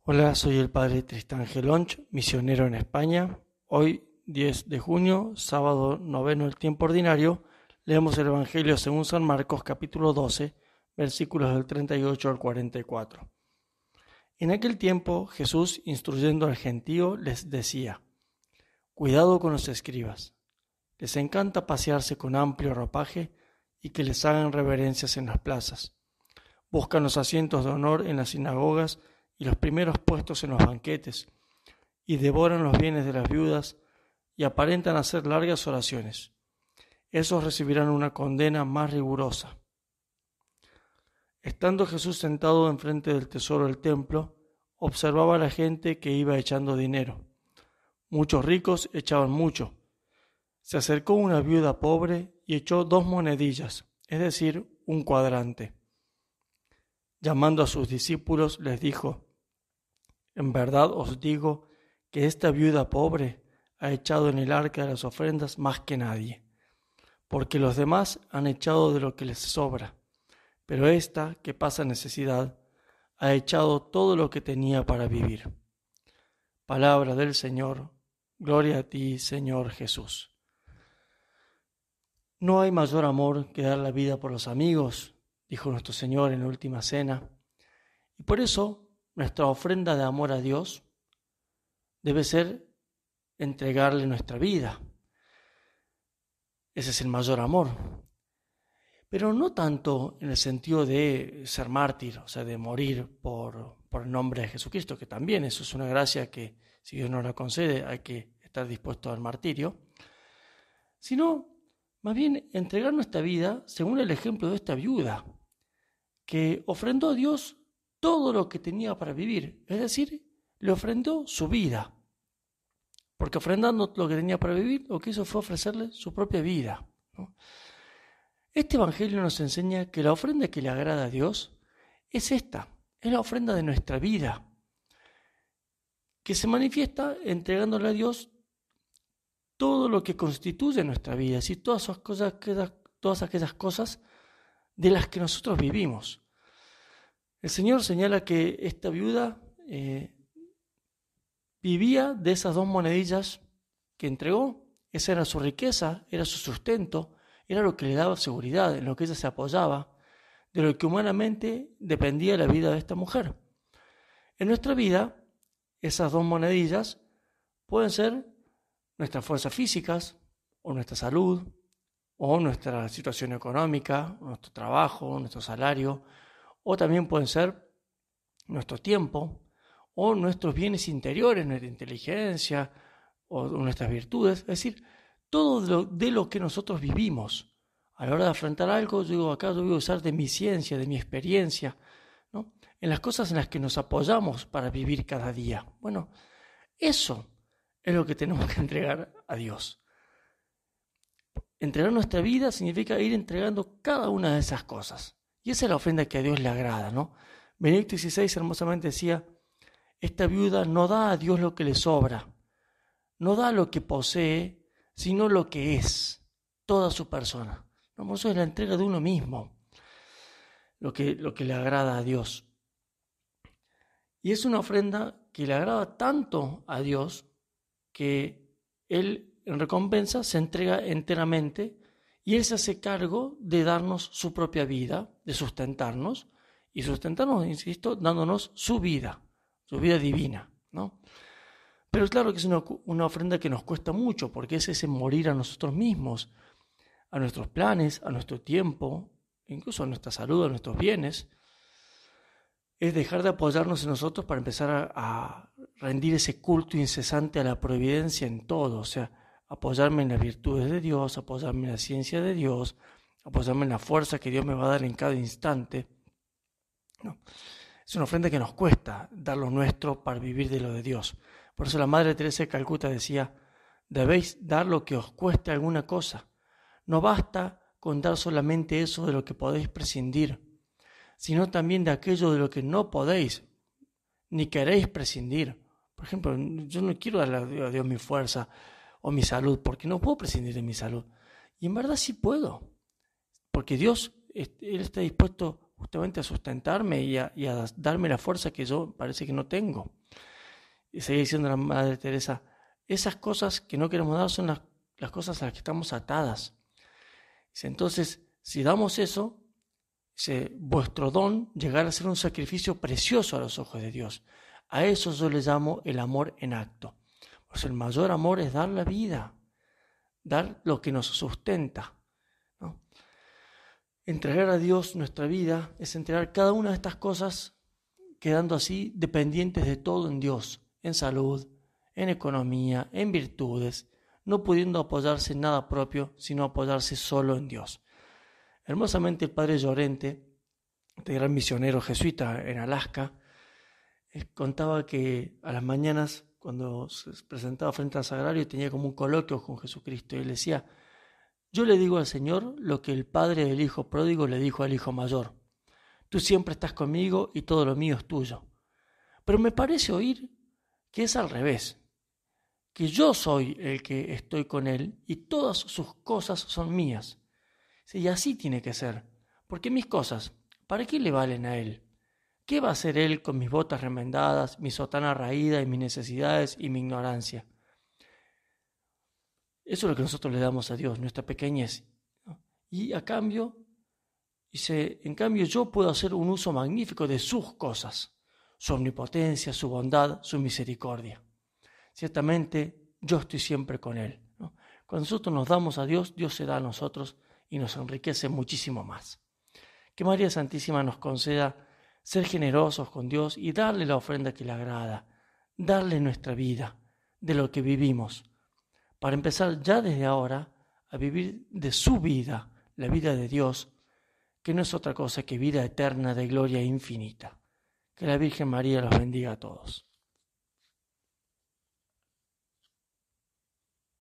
Hola, soy el padre Tristán Gelonch, misionero en España. Hoy, 10 de junio, sábado noveno del tiempo ordinario, leemos el Evangelio según San Marcos, capítulo 12, versículos del 38 al 44. En aquel tiempo, Jesús, instruyendo al gentío, les decía: Cuidado con los escribas. Les encanta pasearse con amplio ropaje y que les hagan reverencias en las plazas. Buscan los asientos de honor en las sinagogas y los primeros puestos en los banquetes, y devoran los bienes de las viudas y aparentan hacer largas oraciones. Esos recibirán una condena más rigurosa. Estando Jesús sentado enfrente del tesoro del templo, observaba a la gente que iba echando dinero. Muchos ricos echaban mucho. Se acercó una viuda pobre y echó 2 monedillas, es decir, un cuadrante. Llamando a sus discípulos, les dijo: En verdad os digo que esta viuda pobre ha echado en el arca de las ofrendas más que nadie, porque los demás han echado de lo que les sobra, pero esta, que pasa necesidad, ha echado todo lo que tenía para vivir. Palabra del Señor. Gloria a ti, Señor Jesús. No hay mayor amor que dar la vida por los amigos, dijo nuestro Señor en la última cena, y por eso nuestra ofrenda de amor a Dios debe ser entregarle nuestra vida. Ese es el mayor amor. Pero no tanto en el sentido de ser mártir, o sea, de morir por el nombre de Jesucristo, que también eso es una gracia que, si Dios nos la concede, hay que estar dispuesto al martirio, sino más bien entregar nuestra vida según el ejemplo de esta viuda, que ofrendó a Dios todo lo que tenía para vivir, es decir, le ofrendó su vida, porque ofrendando lo que tenía para vivir, lo que hizo fue ofrecerle su propia vida, ¿no? Este Evangelio nos enseña que la ofrenda que le agrada a Dios es esta, es la ofrenda de nuestra vida, que se manifiesta entregándole a Dios todo lo que constituye nuestra vida, es decir, todas aquellas cosas de las que nosotros vivimos. El Señor señala que esta viuda vivía de esas 2 monedillas que entregó. Esa era su riqueza, era su sustento, era lo que le daba seguridad, en lo que ella se apoyaba, de lo que humanamente dependía la vida de esta mujer. En nuestra vida, esas 2 monedillas pueden ser nuestras fuerzas físicas, o nuestra salud, o nuestra situación económica, nuestro trabajo, nuestro salario, o también pueden ser nuestro tiempo, o nuestros bienes interiores, nuestra inteligencia, o nuestras virtudes, es decir, todo de lo que nosotros vivimos. A la hora de afrontar algo, yo voy a usar de mi ciencia, de mi experiencia, ¿no? En las cosas en las que nos apoyamos para vivir cada día. Bueno, eso es lo que tenemos que entregar a Dios. Entregar nuestra vida significa ir entregando cada una de esas cosas. Y esa es la ofrenda que a Dios le agrada, ¿no? Benedicto XVI hermosamente decía: esta viuda no da a Dios lo que le sobra, no da lo que posee, sino lo que es, toda su persona. No, eso es la entrega de uno mismo, lo que le agrada a Dios. Y es una ofrenda que le agrada tanto a Dios que Él, en recompensa, se entrega enteramente y Él se hace cargo de darnos su propia vida, de sustentarnos, y sustentarnos, insisto, dándonos su vida divina, ¿no? Pero claro que es una ofrenda que nos cuesta mucho, porque es ese morir a nosotros mismos, a nuestros planes, a nuestro tiempo, incluso a nuestra salud, a nuestros bienes. Es dejar de apoyarnos en nosotros para empezar a rendir ese culto incesante a la providencia en todo, o sea, apoyarme en las virtudes de Dios, apoyarme en la ciencia de Dios, apoyarme en la fuerza que Dios me va a dar en cada instante, ¿no? Es una ofrenda que nos cuesta dar lo nuestro para vivir de lo de Dios. Por eso la Madre Teresa de Calcuta decía: debéis dar lo que os cueste alguna cosa. No basta con dar solamente eso de lo que podéis prescindir, sino también de aquello de lo que no podéis ni queréis prescindir. Por ejemplo, yo no quiero darle a Dios mi fuerza o mi salud, porque no puedo prescindir de mi salud. Y en verdad sí puedo, porque Dios, Él está dispuesto justamente a sustentarme y a darme la fuerza que yo parece que no tengo. Y sigue diciendo la Madre Teresa, esas cosas que no queremos dar son las cosas a las que estamos atadas. Dice, entonces, si damos eso, vuestro don llegará a ser un sacrificio precioso a los ojos de Dios. A eso yo le llamo el amor en acto. Pues el mayor amor es dar la vida, dar lo que nos sustenta, ¿no? Entregar a Dios nuestra vida es entregar cada una de estas cosas, quedando así dependientes de todo en Dios, en salud, en economía, en virtudes, no pudiendo apoyarse en nada propio, sino apoyarse solo en Dios. Hermosamente el padre Llorente, este gran misionero jesuita en Alaska, contaba que a las mañanas, cuando se presentaba frente al sagrario, tenía como un coloquio con Jesucristo y él decía, yo le digo al Señor lo que el padre del hijo pródigo le dijo al hijo mayor, tú siempre estás conmigo y todo lo mío es tuyo. Pero me parece oír que es al revés, que yo soy el que estoy con él y todas sus cosas son mías. Y así tiene que ser, porque mis cosas, ¿para qué le valen a él? ¿Qué va a hacer él con mis botas remendadas, mi sotana raída y mis necesidades y mi ignorancia? Eso es lo que nosotros le damos a Dios, nuestra pequeñez, ¿no? Y a cambio, en cambio yo puedo hacer un uso magnífico de sus cosas, su omnipotencia, su bondad, su misericordia. Ciertamente yo estoy siempre con él, ¿no? Cuando nosotros nos damos a Dios, Dios se da a nosotros y nos enriquece muchísimo más. Que María Santísima nos conceda ser generosos con Dios y darle la ofrenda que le agrada, darle nuestra vida, de lo que vivimos, para empezar ya desde ahora a vivir de su vida, la vida de Dios, que no es otra cosa que vida eterna de gloria infinita. Que la Virgen María los bendiga a todos.